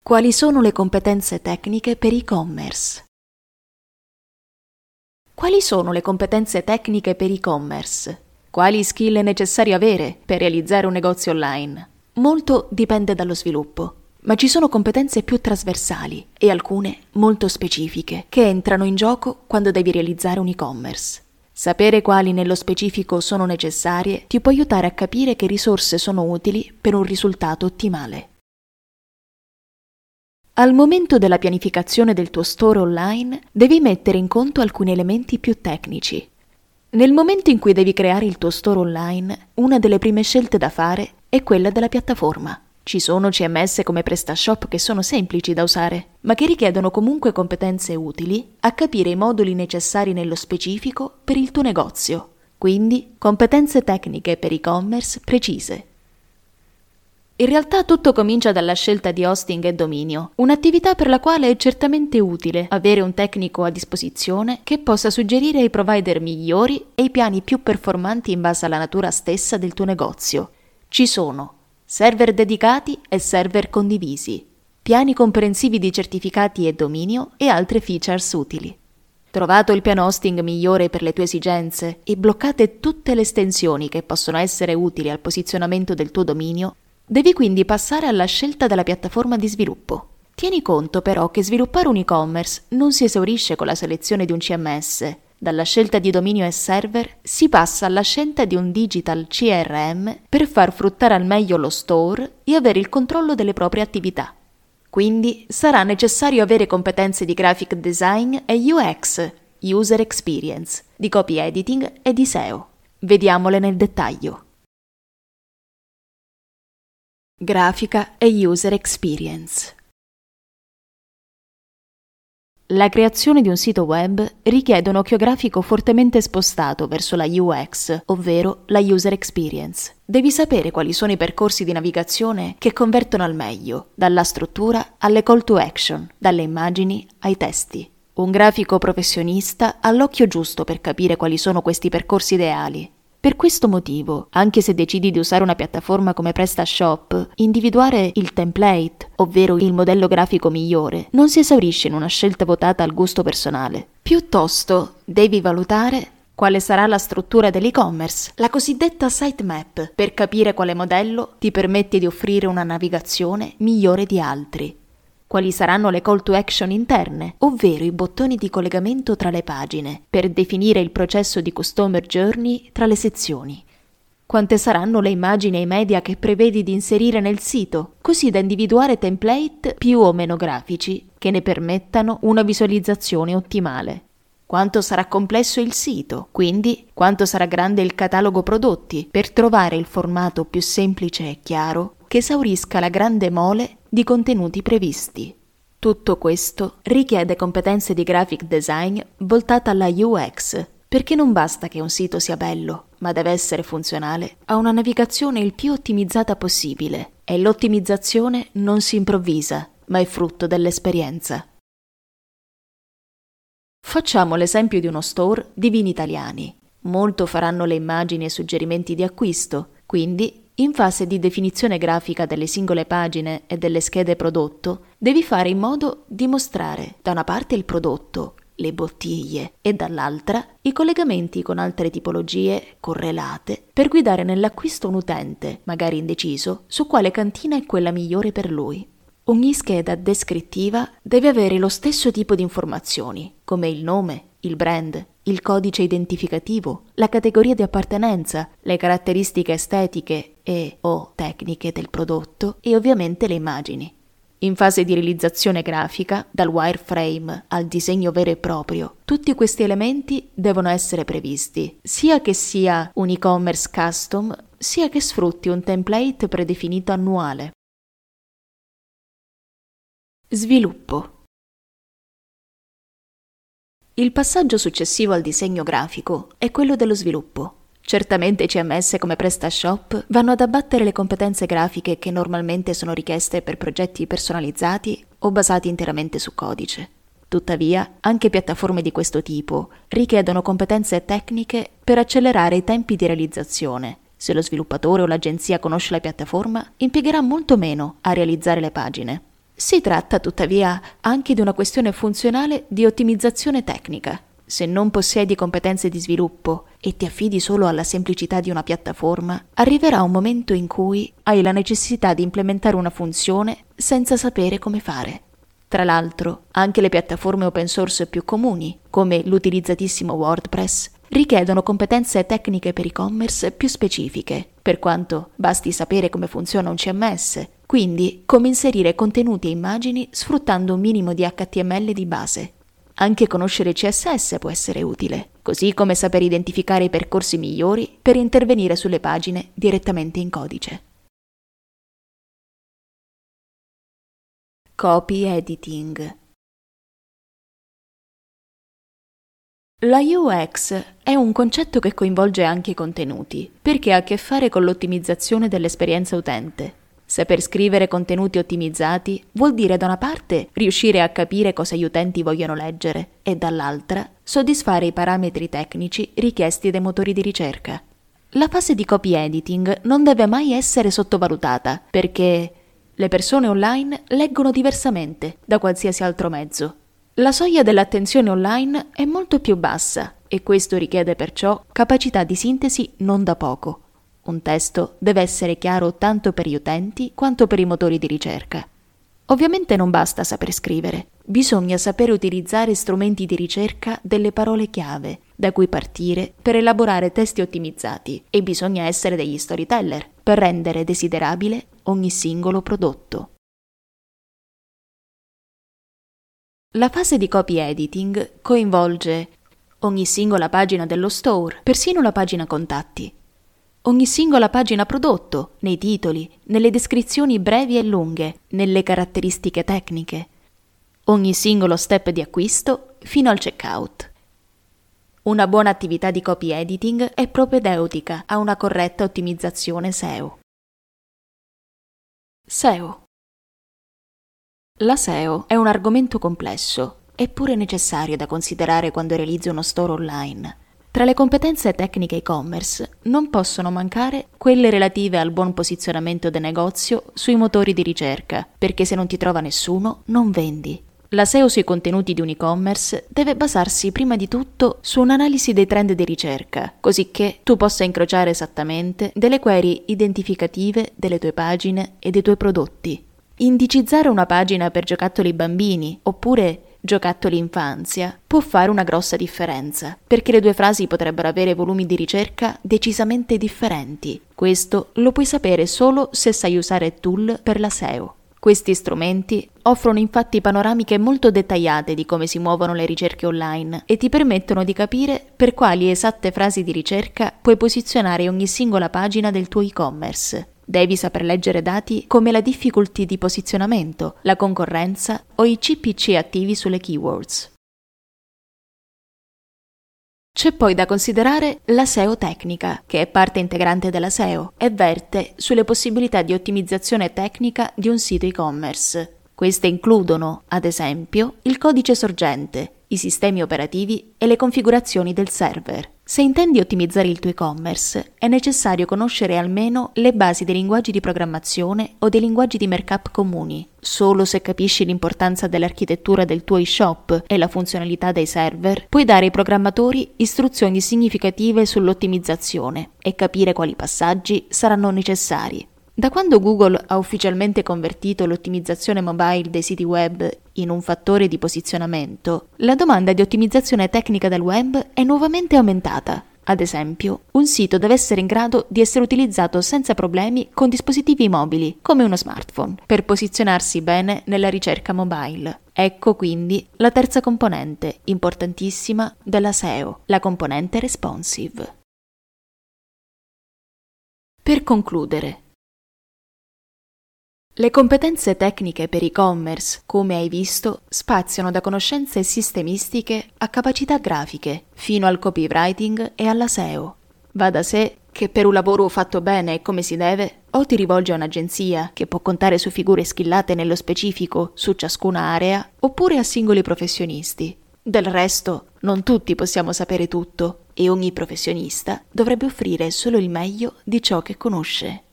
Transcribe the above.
Quali sono le competenze tecniche per e-commerce? Quali sono le competenze tecniche per e-commerce? Quali skill è necessario avere per realizzare un negozio online? Molto dipende dallo sviluppo, ma ci sono competenze più trasversali e alcune molto specifiche che entrano in gioco quando devi realizzare un e-commerce. Sapere quali nello specifico sono necessarie ti può aiutare a capire che risorse sono utili per un risultato ottimale. Al momento della pianificazione del tuo store online, devi mettere in conto alcuni elementi più tecnici. Nel momento in cui devi creare il tuo store online, una delle prime scelte da fare è quella della piattaforma. Ci sono CMS come PrestaShop che sono semplici da usare, ma che richiedono comunque competenze utili a capire i moduli necessari nello specifico per il tuo negozio. Quindi, competenze tecniche per e-commerce precise. In realtà tutto comincia dalla scelta di hosting e dominio, un'attività per la quale è certamente utile avere un tecnico a disposizione che possa suggerire i provider migliori e i piani più performanti in base alla natura stessa del tuo negozio. Ci sono server dedicati e server condivisi, piani comprensivi di certificati e dominio e altre features utili. Trovato il piano hosting migliore per le tue esigenze e bloccate tutte le estensioni che possono essere utili al posizionamento del tuo dominio, devi quindi passare alla scelta della piattaforma di sviluppo. Tieni conto però che sviluppare un e-commerce non si esaurisce con la selezione di un CMS. Dalla scelta di dominio e server si passa alla scelta di un digital CRM per far fruttare al meglio lo store e avere il controllo delle proprie attività. Quindi sarà necessario avere competenze di graphic design e UX, user experience, di copy editing e di SEO. Vediamole nel dettaglio. Grafica e user experience. La creazione di un sito web richiede un occhio grafico fortemente spostato verso la UX, ovvero la user experience. Devi sapere quali sono i percorsi di navigazione che convertono al meglio, dalla struttura alle call to action, dalle immagini ai testi. Un grafico professionista ha l'occhio giusto per capire quali sono questi percorsi ideali. Per questo motivo, anche se decidi di usare una piattaforma come PrestaShop, individuare il template, ovvero il modello grafico migliore, non si esaurisce in una scelta votata al gusto personale. Piuttosto, devi valutare quale sarà la struttura dell'e-commerce, la cosiddetta sitemap, per capire quale modello ti permette di offrire una navigazione migliore di altri. Quali saranno le call to action interne, ovvero i bottoni di collegamento tra le pagine, per definire il processo di customer journey tra le sezioni. Quante saranno le immagini e i media che prevedi di inserire nel sito, così da individuare template più o meno grafici che ne permettano una visualizzazione ottimale. Quanto sarà complesso il sito, quindi quanto sarà grande il catalogo prodotti, per trovare il formato più semplice e chiaro che esaurisca la grande mole di contenuti previsti. Tutto questo richiede competenze di graphic design voltata alla UX, perché non basta che un sito sia bello, ma deve essere funzionale a una navigazione il più ottimizzata possibile, e l'ottimizzazione non si improvvisa, ma è frutto dell'esperienza. Facciamo l'esempio di uno store di vini italiani. Molto faranno le immagini e suggerimenti di acquisto, quindi in fase di definizione grafica delle singole pagine e delle schede prodotto, devi fare in modo di mostrare da una parte il prodotto, le bottiglie, e dall'altra i collegamenti con altre tipologie correlate per guidare nell'acquisto un utente, magari indeciso, su quale cantina è quella migliore per lui. Ogni scheda descrittiva deve avere lo stesso tipo di informazioni, come il nome, il brand, il codice identificativo, la categoria di appartenenza, le caratteristiche estetiche e/o tecniche del prodotto e ovviamente le immagini. In fase di realizzazione grafica, dal wireframe al disegno vero e proprio, tutti questi elementi devono essere previsti, sia che sia un e-commerce custom, sia che sfrutti un template predefinito annuale. Sviluppo. Il passaggio successivo al disegno grafico è quello dello sviluppo. Certamente i CMS come PrestaShop vanno ad abbattere le competenze grafiche che normalmente sono richieste per progetti personalizzati o basati interamente su codice. Tuttavia, anche piattaforme di questo tipo richiedono competenze tecniche per accelerare i tempi di realizzazione. Se lo sviluppatore o l'agenzia conosce la piattaforma, impiegherà molto meno a realizzare le pagine. Si tratta tuttavia anche di una questione funzionale di ottimizzazione tecnica. Se non possiedi competenze di sviluppo e ti affidi solo alla semplicità di una piattaforma, arriverà un momento in cui hai la necessità di implementare una funzione senza sapere come fare. Tra l'altro, anche le piattaforme open source più comuni, come l'utilizzatissimo WordPress, richiedono competenze tecniche per e-commerce più specifiche, per quanto basti sapere come funziona un CMS, quindi come inserire contenuti e immagini sfruttando un minimo di HTML di base. Anche conoscere CSS può essere utile, così come saper identificare i percorsi migliori per intervenire sulle pagine direttamente in codice. Copy editing. La UX è un concetto che coinvolge anche i contenuti, perché ha a che fare con l'ottimizzazione dell'esperienza utente. Saper scrivere contenuti ottimizzati vuol dire da una parte riuscire a capire cosa gli utenti vogliono leggere e dall'altra soddisfare i parametri tecnici richiesti dai motori di ricerca. La fase di copy editing non deve mai essere sottovalutata perché le persone online leggono diversamente da qualsiasi altro mezzo. La soglia dell'attenzione online è molto più bassa e questo richiede perciò capacità di sintesi non da poco. Un testo deve essere chiaro tanto per gli utenti quanto per i motori di ricerca. Ovviamente non basta saper scrivere, bisogna sapere utilizzare strumenti di ricerca delle parole chiave da cui partire per elaborare testi ottimizzati e bisogna essere degli storyteller per rendere desiderabile ogni singolo prodotto. La fase di copy editing coinvolge ogni singola pagina dello store, persino la pagina contatti, ogni singola pagina prodotto, nei titoli, nelle descrizioni brevi e lunghe, nelle caratteristiche tecniche, ogni singolo step di acquisto fino al checkout. Una buona attività di copy editing è propedeutica a una corretta ottimizzazione SEO. SEO. La SEO è un argomento complesso, eppure necessario da considerare quando realizzi uno store online. Tra le competenze tecniche e-commerce non possono mancare quelle relative al buon posizionamento del negozio sui motori di ricerca, perché se non ti trova nessuno, non vendi. La SEO sui contenuti di un e-commerce deve basarsi prima di tutto su un'analisi dei trend di ricerca, così che tu possa incrociare esattamente delle query identificative delle tue pagine e dei tuoi prodotti. Indicizzare una pagina per giocattoli bambini oppure giocattoli infanzia può fare una grossa differenza, perché le due frasi potrebbero avere volumi di ricerca decisamente differenti. Questo lo puoi sapere solo se sai usare tool per la SEO. Questi strumenti offrono infatti panoramiche molto dettagliate di come si muovono le ricerche online e ti permettono di capire per quali esatte frasi di ricerca puoi posizionare ogni singola pagina del tuo e-commerce. Devi saper leggere dati come la difficulty di posizionamento, la concorrenza o i CPC attivi sulle keywords. C'è poi da considerare la SEO tecnica, che è parte integrante della SEO e verte sulle possibilità di ottimizzazione tecnica di un sito e-commerce. Queste includono, ad esempio, il codice sorgente, i sistemi operativi e le configurazioni del server. Se intendi ottimizzare il tuo e-commerce, è necessario conoscere almeno le basi dei linguaggi di programmazione o dei linguaggi di markup comuni. Solo se capisci l'importanza dell'architettura del tuo e-shop e la funzionalità dei server, puoi dare ai programmatori istruzioni significative sull'ottimizzazione e capire quali passaggi saranno necessari. Da quando Google ha ufficialmente convertito l'ottimizzazione mobile dei siti web in un fattore di posizionamento, la domanda di ottimizzazione tecnica del web è nuovamente aumentata. Ad esempio, un sito deve essere in grado di essere utilizzato senza problemi con dispositivi mobili, come uno smartphone, per posizionarsi bene nella ricerca mobile. Ecco quindi la terza componente, importantissima, della SEO, la componente responsive. Per concludere, le competenze tecniche per e-commerce, come hai visto, spaziano da conoscenze sistemistiche a capacità grafiche, fino al copywriting e alla SEO. Va da sé che per un lavoro fatto bene e come si deve, o ti rivolgi a un'agenzia che può contare su figure skillate nello specifico su ciascuna area, oppure a singoli professionisti. Del resto, non tutti possiamo sapere tutto e ogni professionista dovrebbe offrire solo il meglio di ciò che conosce.